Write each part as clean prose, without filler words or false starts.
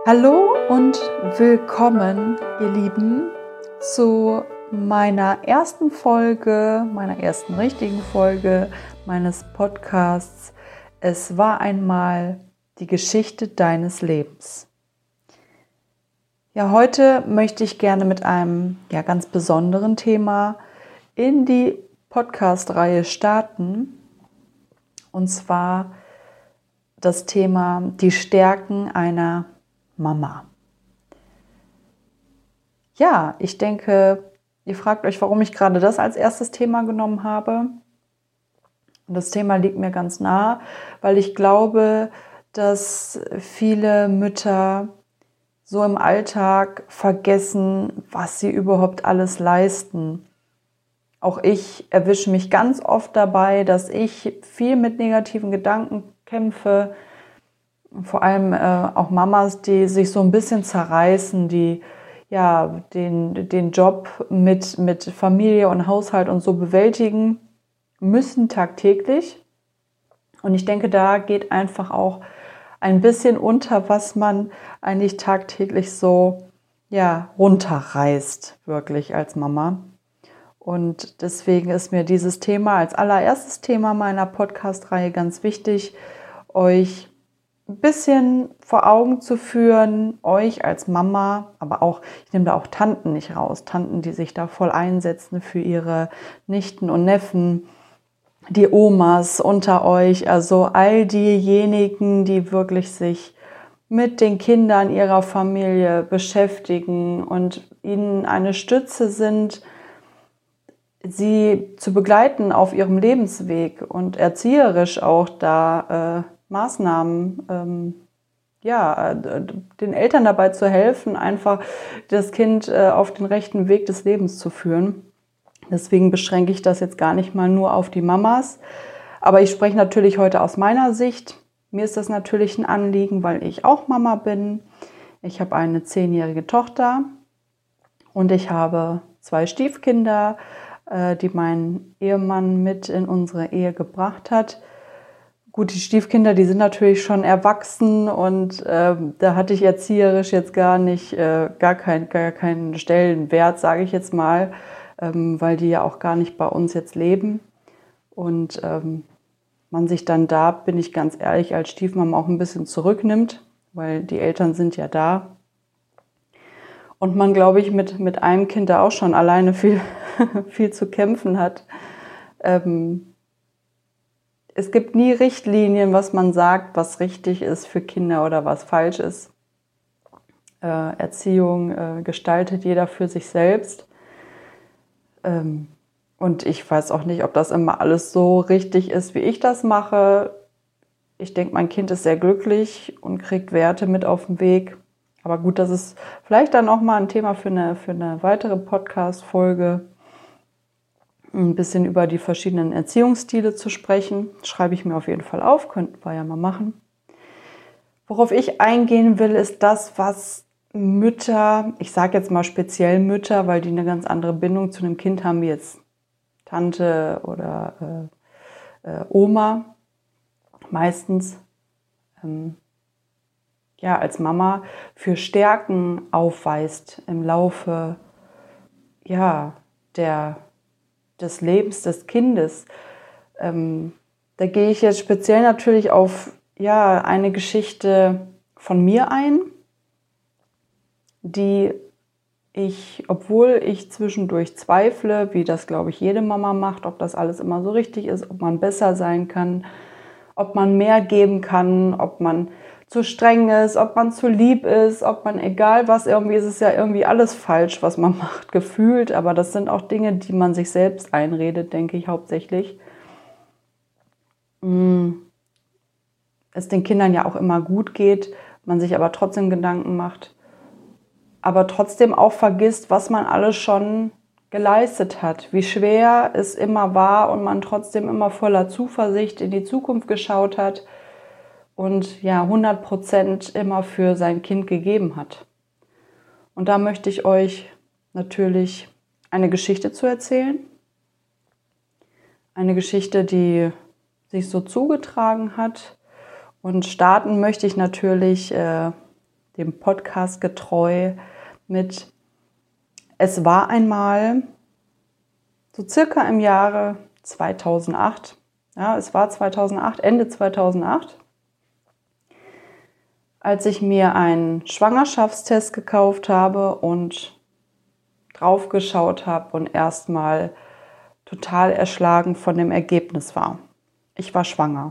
Hallo und willkommen, ihr Lieben, zu meiner ersten richtigen Folge meines Podcasts. Es war einmal die Geschichte deines Lebens. Ja, heute möchte ich gerne mit einem ganz besonderen Thema in die Podcast-Reihe starten. Und zwar das Thema die Stärken einer Mama. Ja, ich denke, ihr fragt euch, warum ich gerade das als erstes Thema genommen habe. Und das Thema liegt mir ganz nah, weil ich glaube, dass viele Mütter so im Alltag vergessen, was sie überhaupt alles leisten. Auch ich erwische mich ganz oft dabei, dass ich viel mit negativen Gedanken kämpfe. Vor allem auch Mamas, die sich so ein bisschen zerreißen, die den Job mit Familie und Haushalt und so bewältigen müssen tagtäglich. Und ich denke, da geht einfach auch ein bisschen unter, was man eigentlich tagtäglich so runterreißt, wirklich als Mama. Und deswegen ist mir dieses Thema als allererstes Thema meiner Podcast-Reihe ganz wichtig, euch ein bisschen vor Augen zu führen, euch als Mama, aber auch, ich nehme da auch Tanten nicht raus, Tanten, die sich da voll einsetzen für ihre Nichten und Neffen, die Omas unter euch, also all diejenigen, die wirklich sich mit den Kindern ihrer Familie beschäftigen und ihnen eine Stütze sind, sie zu begleiten auf ihrem Lebensweg und erzieherisch auch da Maßnahmen, den Eltern dabei zu helfen, einfach das Kind auf den rechten Weg des Lebens zu führen. Deswegen beschränke ich das jetzt gar nicht mal nur auf die Mamas. Aber ich spreche natürlich heute aus meiner Sicht. Mir ist das natürlich ein Anliegen, weil ich auch Mama bin. Ich habe eine 10-jährige Tochter und ich habe 2 Stiefkinder, die mein Ehemann mit in unsere Ehe gebracht hat. Gut, die Stiefkinder, die sind natürlich schon erwachsen und da hatte ich erzieherisch jetzt gar keinen Stellenwert, sage ich jetzt mal, weil die ja auch gar nicht bei uns jetzt leben. Und man sich dann da, bin ich ganz ehrlich, als Stiefmama auch ein bisschen zurücknimmt, weil die Eltern sind ja da. Und man, glaube ich, mit einem Kind da auch schon alleine viel, viel zu kämpfen hat. Es gibt nie Richtlinien, was man sagt, was richtig ist für Kinder oder was falsch ist. Erziehung gestaltet jeder für sich selbst. Und ich weiß auch nicht, ob das immer alles so richtig ist, wie ich das mache. Ich denke, mein Kind ist sehr glücklich und kriegt Werte mit auf den Weg. Aber gut, das ist vielleicht dann auch mal ein Thema für eine weitere Podcast-Folge. Ein bisschen über die verschiedenen Erziehungsstile zu sprechen. Das schreibe ich mir auf jeden Fall auf, könnten wir ja mal machen. Worauf ich eingehen will, ist das, was Mütter, ich sage jetzt mal speziell Mütter, weil die eine ganz andere Bindung zu einem Kind haben, wie jetzt Tante oder Oma, meistens als Mama für Stärken aufweist im Laufe des Lebens des Kindes. Da gehe ich jetzt speziell natürlich auf eine Geschichte von mir ein, die obwohl ich zwischendurch zweifle, wie das, glaube ich, jede Mama macht, ob das alles immer so richtig ist, ob man besser sein kann, ob man mehr geben kann, ob man zu streng ist, ob man zu lieb ist, ob man, egal was, irgendwie ist es ja irgendwie alles falsch, was man macht, gefühlt. Aber das sind auch Dinge, die man sich selbst einredet, denke ich hauptsächlich. Es den Kindern ja auch immer gut geht, man sich aber trotzdem Gedanken macht, aber trotzdem auch vergisst, was man alles schon geleistet hat, wie schwer es immer war und man trotzdem immer voller Zuversicht in die Zukunft geschaut hat und 100% immer für sein Kind gegeben hat. Und da möchte ich euch natürlich eine Geschichte zu erzählen. Eine Geschichte, die sich so zugetragen hat. Und starten möchte ich natürlich dem Podcast getreu mit Es war einmal, so circa im Jahre 2008. Ja, es war 2008, Ende 2008, als ich mir einen Schwangerschaftstest gekauft habe und drauf geschaut habe und erstmal total erschlagen von dem Ergebnis war. Ich war schwanger.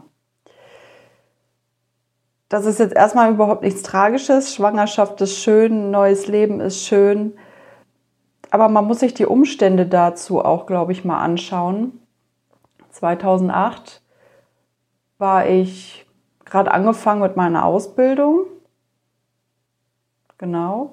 Das ist jetzt erstmal überhaupt nichts Tragisches. Schwangerschaft ist schön, neues Leben ist schön. Aber man muss sich die Umstände dazu auch, glaube ich, mal anschauen. 2008 war ich gerade angefangen mit meiner Ausbildung. Genau.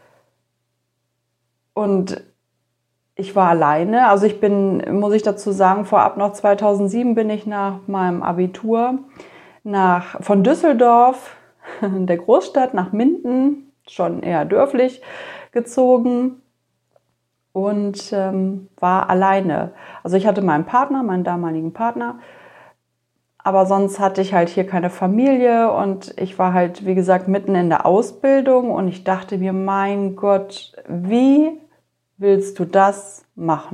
Und ich war alleine. Also ich bin, muss ich dazu sagen, vorab noch 2007 bin ich nach meinem Abitur von Düsseldorf, der Großstadt, nach Minden, schon eher dörflich, gezogen und war alleine. Also ich hatte meinen Partner, meinen damaligen Partner, aber sonst hatte ich halt hier keine Familie und ich war halt, wie gesagt, mitten in der Ausbildung und ich dachte mir, mein Gott, wie willst du das machen?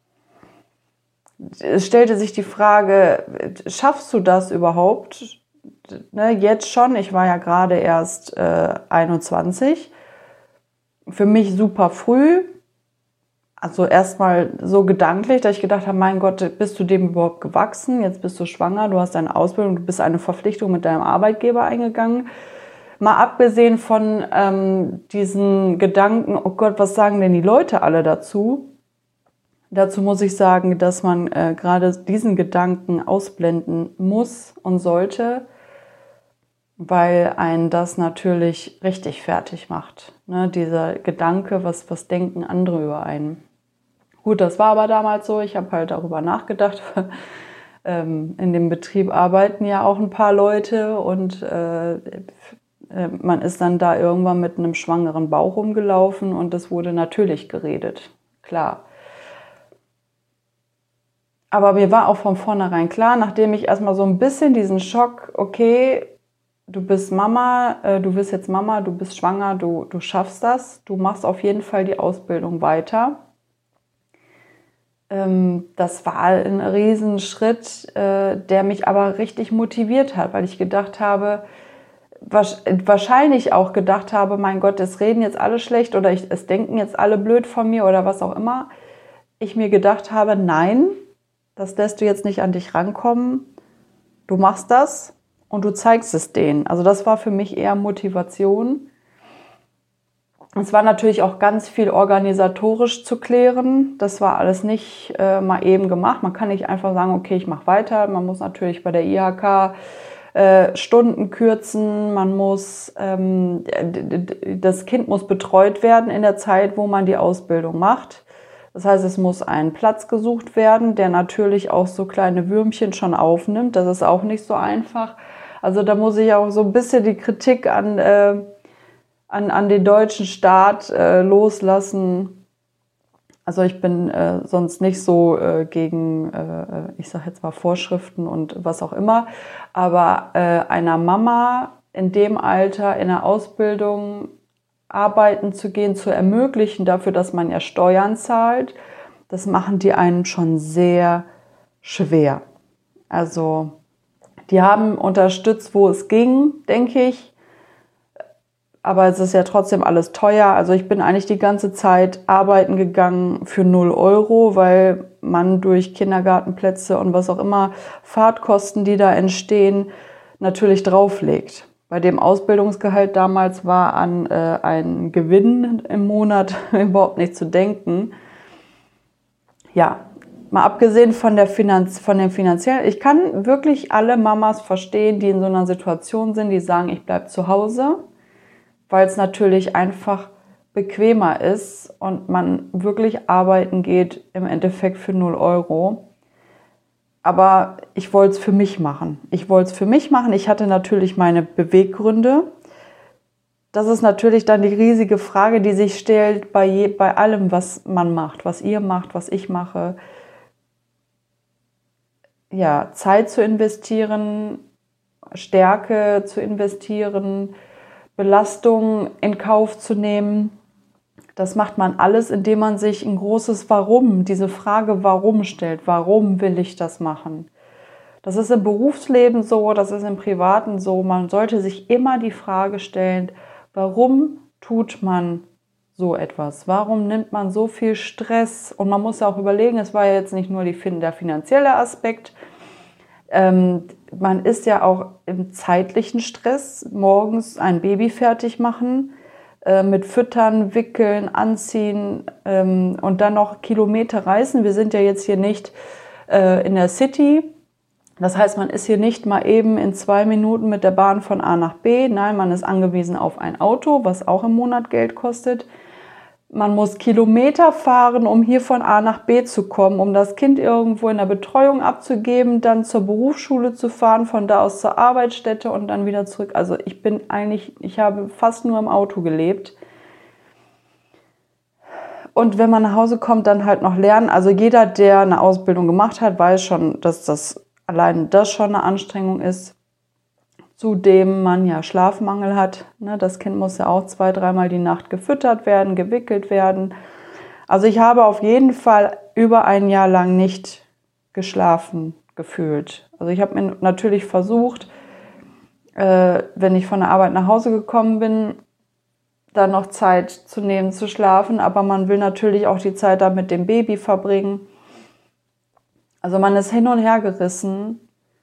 Es stellte sich die Frage, schaffst du das überhaupt? Ne, jetzt schon, ich war ja gerade erst 21. Für mich super früh. Also erstmal so gedanklich, dass ich gedacht habe, mein Gott, bist du dem überhaupt gewachsen? Jetzt bist du schwanger, du hast eine Ausbildung, du bist eine Verpflichtung mit deinem Arbeitgeber eingegangen. Mal abgesehen von diesen Gedanken, oh Gott, was sagen denn die Leute alle dazu? Dazu muss ich sagen, dass man gerade diesen Gedanken ausblenden muss und sollte, weil einen das natürlich richtig fertig macht. Ne? Dieser Gedanke, was denken andere über einen. Gut, das war aber damals so. Ich habe halt darüber nachgedacht. In dem Betrieb arbeiten ja auch ein paar Leute und man ist dann da irgendwann mit einem schwangeren Bauch rumgelaufen und das wurde natürlich geredet. Klar. Aber mir war auch von vornherein klar, nachdem ich erstmal so ein bisschen diesen Schock, okay, du bist Mama, du bist jetzt Mama, du bist schwanger, du schaffst das, du machst auf jeden Fall die Ausbildung weiter. Das war ein Riesenschritt, der mich aber richtig motiviert hat, weil ich gedacht habe, wahrscheinlich auch gedacht habe, mein Gott, es reden jetzt alle schlecht oder es denken jetzt alle blöd von mir oder was auch immer. Ich mir gedacht habe, nein, das lässt du jetzt nicht an dich rankommen, du machst das. Und du zeigst es denen. Also das war für mich eher Motivation. Es war natürlich auch ganz viel organisatorisch zu klären. Das war alles nicht mal eben gemacht. Man kann nicht einfach sagen, okay, ich mache weiter. Man muss natürlich bei der IHK Stunden kürzen. Man muss, das Kind muss betreut werden in der Zeit, wo man die Ausbildung macht. Das heißt, es muss ein Platz gesucht werden, der natürlich auch so kleine Würmchen schon aufnimmt. Das ist auch nicht so einfach. Also da muss ich auch so ein bisschen die Kritik an den deutschen Staat loslassen. Also ich bin sonst nicht so gegen, ich sage jetzt mal Vorschriften und was auch immer. Aber einer Mama in dem Alter in der Ausbildung arbeiten zu gehen, zu ermöglichen, dafür, dass man ja Steuern zahlt, das machen die einen schon sehr schwer. Also die haben unterstützt, wo es ging, denke ich. Aber es ist ja trotzdem alles teuer. Also ich bin eigentlich die ganze Zeit arbeiten gegangen für 0 Euro, weil man durch Kindergartenplätze und was auch immer, Fahrtkosten, die da entstehen, natürlich drauflegt. Bei dem Ausbildungsgehalt damals war an einen Gewinn im Monat überhaupt nicht zu denken. Ja, mal abgesehen von dem finanziellen, ich kann wirklich alle Mamas verstehen, die in so einer Situation sind, die sagen, ich bleibe zu Hause, weil es natürlich einfach bequemer ist und man wirklich arbeiten geht, im Endeffekt für 0 Euro. Aber ich wollte es für mich machen. Ich hatte natürlich meine Beweggründe. Das ist natürlich dann die riesige Frage, die sich stellt bei allem, was man macht, was ihr macht, was ich mache. Ja, Zeit zu investieren, Stärke zu investieren, Belastungen in Kauf zu nehmen. Das macht man alles, indem man sich ein großes Warum, diese Frage Warum stellt. Warum will ich das machen? Das ist im Berufsleben so, das ist im Privaten so. Man sollte sich immer die Frage stellen, warum tut man so etwas? Warum nimmt man so viel Stress? Und man muss ja auch überlegen, es war ja jetzt nicht nur der finanzielle Aspekt. Man ist ja auch im zeitlichen Stress, morgens ein Baby fertig machen, mit Füttern, Wickeln, Anziehen und dann noch Kilometer reisen. Wir sind ja jetzt hier nicht in der City. Das heißt, man ist hier nicht mal eben in 2 Minuten mit der Bahn von A nach B. Nein, man ist angewiesen auf ein Auto, was auch im Monat Geld kostet. Man muss Kilometer fahren, um hier von A nach B zu kommen, um das Kind irgendwo in der Betreuung abzugeben, dann zur Berufsschule zu fahren, von da aus zur Arbeitsstätte und dann wieder zurück. Also ich habe fast nur im Auto gelebt. Und wenn man nach Hause kommt, dann halt noch lernen. Also jeder, der eine Ausbildung gemacht hat, weiß schon, dass das allein das schon eine Anstrengung ist. Zudem man ja Schlafmangel hat. Das Kind muss ja auch 2-3 Mal die Nacht gefüttert werden, gewickelt werden. Also ich habe auf jeden Fall über ein Jahr lang nicht geschlafen gefühlt. Also ich habe mir natürlich versucht, wenn ich von der Arbeit nach Hause gekommen bin, dann noch Zeit zu nehmen, zu schlafen. Aber man will natürlich auch die Zeit da mit dem Baby verbringen. Also man ist hin und her gerissen.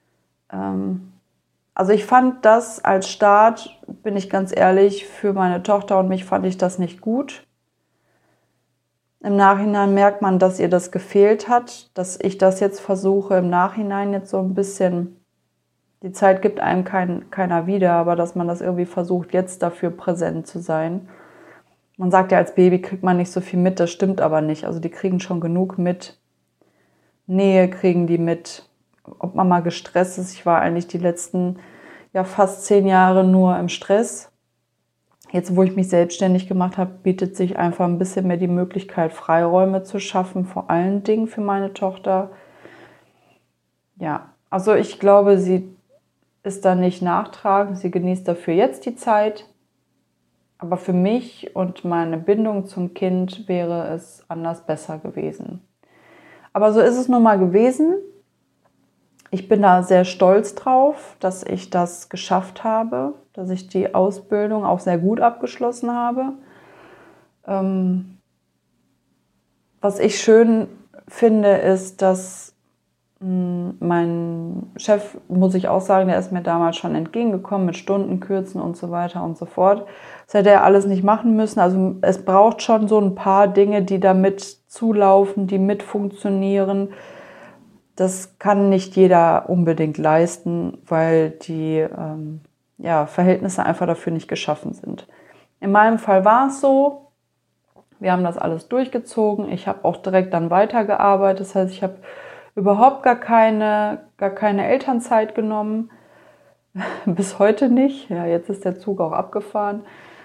Also ich fand das als Start, bin ich ganz ehrlich, für meine Tochter und mich fand ich das nicht gut. Im Nachhinein merkt man, dass ihr das gefehlt hat, dass ich das jetzt versuche, im Nachhinein jetzt so ein bisschen, die Zeit gibt einem keiner wieder, aber dass man das irgendwie versucht, jetzt dafür präsent zu sein. Man sagt ja, als Baby kriegt man nicht so viel mit, das stimmt aber nicht. Also die kriegen schon genug mit. Nähe kriegen die mit. Ob man mal gestresst ist. Ich war eigentlich die letzten fast 10 Jahre nur im Stress. Jetzt, wo ich mich selbstständig gemacht habe, bietet sich einfach ein bisschen mehr die Möglichkeit, Freiräume zu schaffen, vor allen Dingen für meine Tochter. Ja, also ich glaube, sie ist da nicht nachtragend. Sie genießt dafür jetzt die Zeit. Aber für mich und meine Bindung zum Kind wäre es anders besser gewesen. Aber so ist es nun mal gewesen. Ich bin da sehr stolz drauf, dass ich das geschafft habe, dass ich die Ausbildung auch sehr gut abgeschlossen habe. Was ich schön finde, ist, dass mein Chef, muss ich auch sagen, der ist mir damals schon entgegengekommen mit Stundenkürzen und so weiter und so fort. Das hätte er alles nicht machen müssen. Also es braucht schon so ein paar Dinge, die da mit zulaufen, die mit funktionieren. Das kann nicht jeder unbedingt leisten, weil die Verhältnisse einfach dafür nicht geschaffen sind. In meinem Fall war es so, wir haben das alles durchgezogen. Ich habe auch direkt dann weitergearbeitet. Das heißt, ich habe überhaupt gar keine Elternzeit genommen. Bis heute nicht. Ja, jetzt ist der Zug auch abgefahren.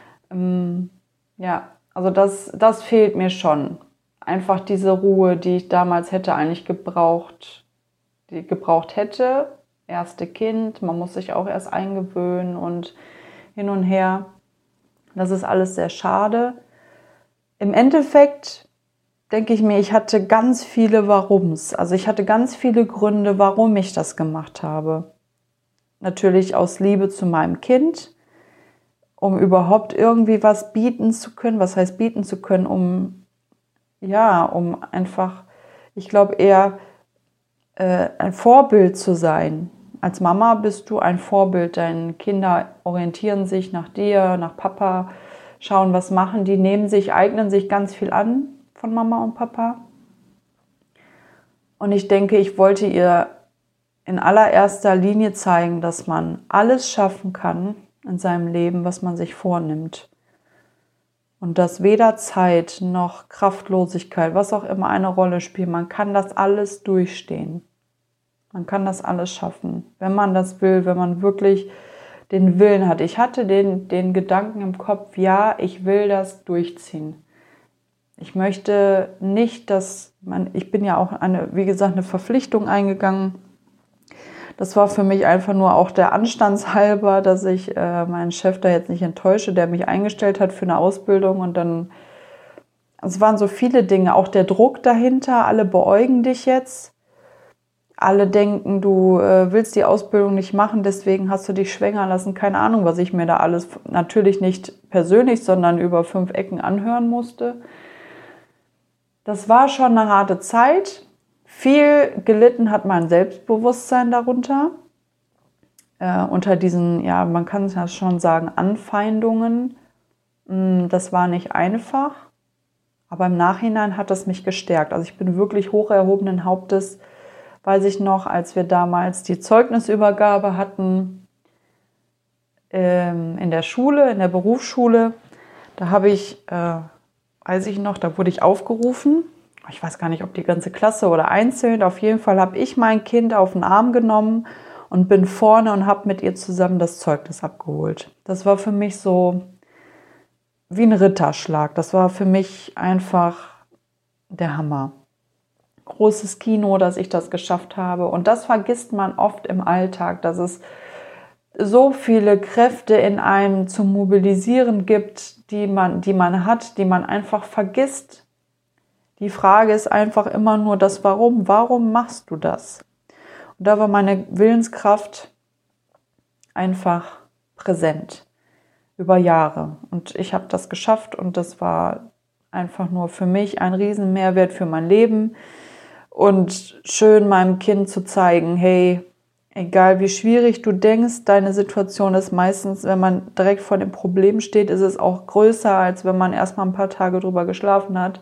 Also das fehlt mir schon. Einfach diese Ruhe, die ich damals hätte eigentlich gebraucht hätte. Erste Kind, man muss sich auch erst eingewöhnen und hin und her. Das ist alles sehr schade. Im Endeffekt denke ich mir, ich hatte ganz viele Warums. Also ich hatte ganz viele Gründe, warum ich das gemacht habe. Natürlich aus Liebe zu meinem Kind, um überhaupt irgendwie was bieten zu können. Was heißt bieten zu können? Um einfach, ich glaube eher ein Vorbild zu sein. Als Mama bist du ein Vorbild. Deine Kinder orientieren sich nach dir, nach Papa, schauen, was machen die, eignen sich ganz viel an von Mama und Papa. Und ich denke, ich wollte ihr in allererster Linie zeigen, dass man alles schaffen kann in seinem Leben, was man sich vornimmt. Und dass weder Zeit noch Kraftlosigkeit, was auch immer eine Rolle spielt, man kann das alles durchstehen. Man kann das alles schaffen, wenn man das will, wenn man wirklich den Willen hat. Ich hatte den Gedanken im Kopf, ja, ich will das durchziehen. Ich möchte nicht, ich bin ja auch eine Verpflichtung eingegangen, Das war für mich einfach nur auch der Anstandshalber, dass ich meinen Chef da jetzt nicht enttäusche, der mich eingestellt hat für eine Ausbildung. Und dann, es waren so viele Dinge, auch der Druck dahinter, alle beäugen dich jetzt. Alle denken, du willst die Ausbildung nicht machen, deswegen hast du dich schwängern lassen. Keine Ahnung, was ich mir da alles, natürlich nicht persönlich, sondern über 5 Ecken anhören musste. Das war schon eine harte Zeit. Viel gelitten hat mein Selbstbewusstsein darunter. Unter diesen, ja, man kann es ja schon sagen, Anfeindungen. Das war nicht einfach. Aber im Nachhinein hat es mich gestärkt. Also ich bin wirklich hoch erhobenen Hauptes. Weiß ich noch, als wir damals die Zeugnisübergabe hatten in der Schule, in der Berufsschule, da habe ich, weiß ich noch, da wurde ich aufgerufen. Ich weiß gar nicht, ob die ganze Klasse oder einzeln. Auf jeden Fall habe ich mein Kind auf den Arm genommen und bin vorne und habe mit ihr zusammen das Zeugnis abgeholt. Das war für mich so wie ein Ritterschlag. Das war für mich einfach der Hammer. Großes Kino, dass ich das geschafft habe. Und das vergisst man oft im Alltag, dass es so viele Kräfte in einem zu mobilisieren gibt, die man hat, die man einfach vergisst. Die Frage ist einfach immer nur das Warum. Warum machst du das? Und da war meine Willenskraft einfach präsent über Jahre. Und ich habe das geschafft und das war einfach nur für mich ein riesen Mehrwert für mein Leben. Und schön meinem Kind zu zeigen, hey, egal wie schwierig du denkst, deine Situation ist meistens, wenn man direkt vor dem Problem steht, ist es auch größer, als wenn man erstmal ein paar Tage drüber geschlafen hat.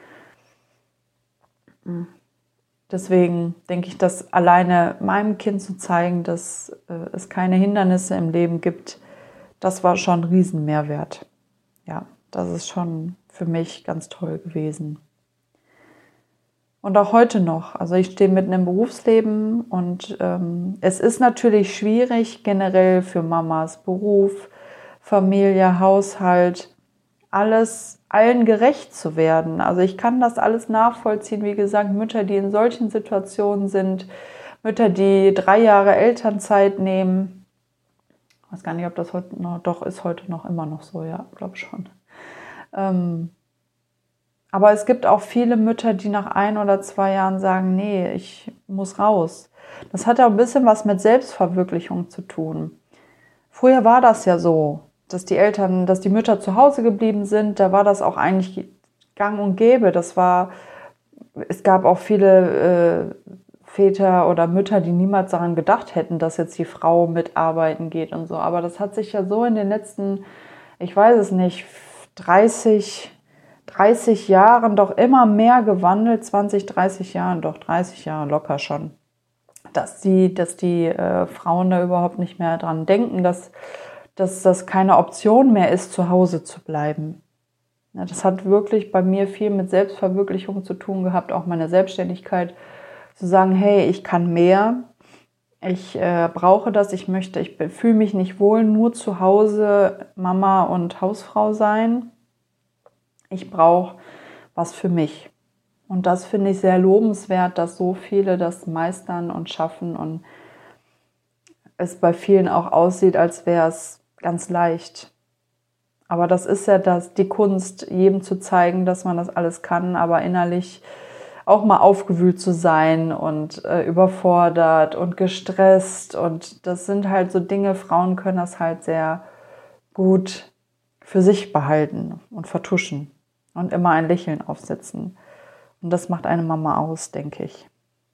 Deswegen denke ich, dass alleine meinem Kind zu zeigen, dass es keine Hindernisse im Leben gibt, das war schon ein Riesenmehrwert. Ja, das ist schon für mich ganz toll gewesen. Und auch heute noch. Also ich stehe mitten im Berufsleben und es ist natürlich schwierig, generell für Mamas Beruf, Familie, Haushalt, allen gerecht zu werden. Also ich kann das alles nachvollziehen. Wie gesagt, Mütter, die in solchen Situationen sind, Mütter, die 3 Jahre Elternzeit nehmen. Ich weiß gar nicht, ob das heute noch, doch ist heute noch immer noch so, ja, glaube schon. Aber es gibt auch viele Mütter, die nach 1 oder 2 Jahren sagen, nee, ich muss raus. Das hat ja ein bisschen was mit Selbstverwirklichung zu tun. Früher war das ja so, dass die Mütter zu Hause geblieben sind. Da war das auch eigentlich gang und gäbe. Es gab auch viele Väter oder Mütter, die niemals daran gedacht hätten, dass jetzt die Frau mitarbeiten geht und so. Aber das hat sich ja so in den letzten, ich weiß es nicht, 30 Jahren doch immer mehr gewandelt, 20, 30 Jahren, doch 30 Jahre locker schon, dass die Frauen da überhaupt nicht mehr dran denken, dass das keine Option mehr ist, zu Hause zu bleiben. Ja, das hat wirklich bei mir viel mit Selbstverwirklichung zu tun gehabt, auch meine Selbstständigkeit, zu sagen, hey, ich kann mehr, ich brauche das, ich fühle mich nicht wohl, nur zu Hause Mama und Hausfrau sein. Ich brauche was für mich. Und das finde ich sehr lobenswert, dass so viele das meistern und schaffen und es bei vielen auch aussieht, als wäre es ganz leicht. Aber das ist ja die Kunst, jedem zu zeigen, dass man das alles kann, aber innerlich auch mal aufgewühlt zu sein und überfordert und gestresst. Und das sind halt so Dinge, Frauen können das halt sehr gut für sich behalten und vertuschen und immer ein Lächeln aufsetzen. Und das macht eine Mama aus, denke ich.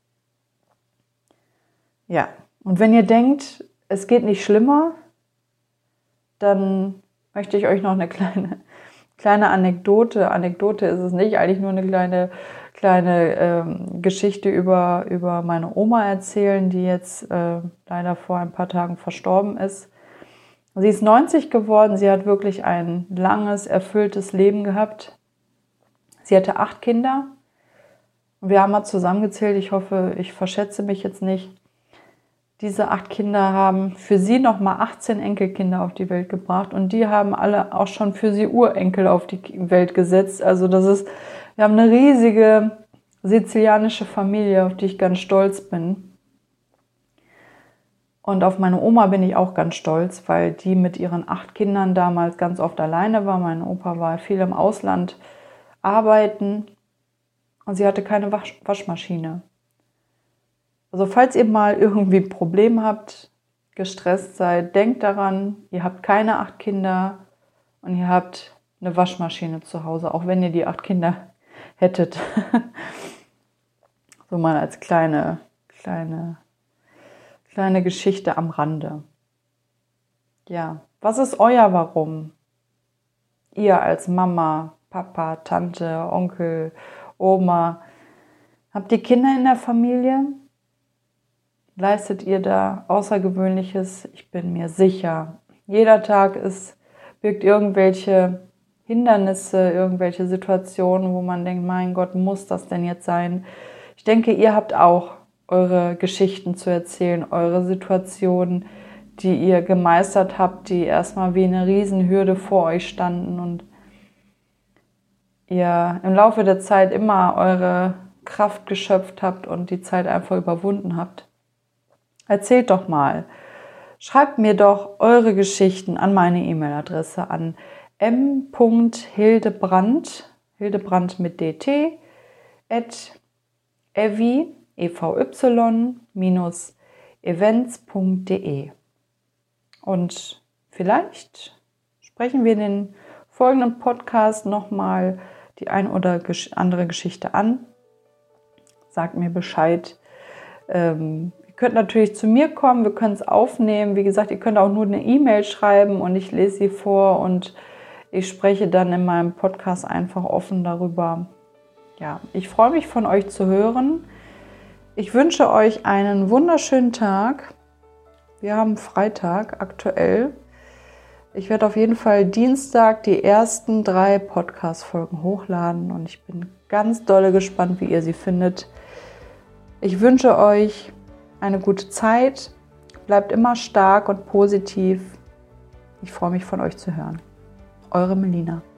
Ja, und wenn ihr denkt, es geht nicht schlimmer, dann möchte ich euch noch eine kleine Anekdote. Anekdote ist es nicht, eigentlich nur eine kleine Geschichte über meine Oma erzählen, die jetzt leider vor ein paar Tagen verstorben ist. Sie ist 90 geworden, sie hat wirklich ein langes, erfülltes Leben gehabt. Sie hatte 8 Kinder. Wir haben mal zusammengezählt, ich hoffe, ich verschätze mich jetzt nicht. Diese 8 Kinder haben für sie nochmal 18 Enkelkinder auf die Welt gebracht und die haben alle auch schon für sie Urenkel auf die Welt gesetzt. Also wir haben eine riesige sizilianische Familie, auf die ich ganz stolz bin. Und auf meine Oma bin ich auch ganz stolz, weil die mit ihren 8 Kindern damals ganz oft alleine war. Mein Opa war viel im Ausland arbeiten und sie hatte keine Waschmaschine. Also falls ihr mal irgendwie ein Problem habt, gestresst seid, denkt daran, ihr habt keine 8 Kinder und ihr habt eine Waschmaschine zu Hause, auch wenn ihr die 8 Kinder hättet. So mal als kleine Geschichte am Rande. Ja, was ist euer Warum? Ihr als Mama, Papa, Tante, Onkel, Oma, habt ihr Kinder in der Familie? Leistet ihr da Außergewöhnliches? Ich bin mir sicher. Jeder Tag birgt irgendwelche Hindernisse, irgendwelche Situationen, wo man denkt, mein Gott, muss das denn jetzt sein? Ich denke, ihr habt auch eure Geschichten zu erzählen, eure Situationen, die ihr gemeistert habt, die erstmal wie eine Riesenhürde vor euch standen und ihr im Laufe der Zeit immer eure Kraft geschöpft habt und die Zeit einfach überwunden habt. Erzählt doch mal. Schreibt mir doch eure Geschichten an meine E-Mail-Adresse an m.hildebrand, Hildebrand mit dt, @evy-events.de. Und vielleicht sprechen wir in den folgenden Podcast nochmal die ein oder andere Geschichte an. Sagt mir Bescheid. Ihr könnt natürlich zu mir kommen, wir können es aufnehmen. Wie gesagt, ihr könnt auch nur eine E-Mail schreiben und ich lese sie vor und ich spreche dann in meinem Podcast einfach offen darüber. Ja, ich freue mich, von euch zu hören. Ich wünsche euch einen wunderschönen Tag. Wir haben Freitag aktuell. Ich werde auf jeden Fall Dienstag die ersten 3 Podcast-Folgen hochladen und ich bin ganz dolle gespannt, wie ihr sie findet. Ich wünsche euch eine gute Zeit. Bleibt immer stark und positiv. Ich freue mich, von euch zu hören. Eure Melina.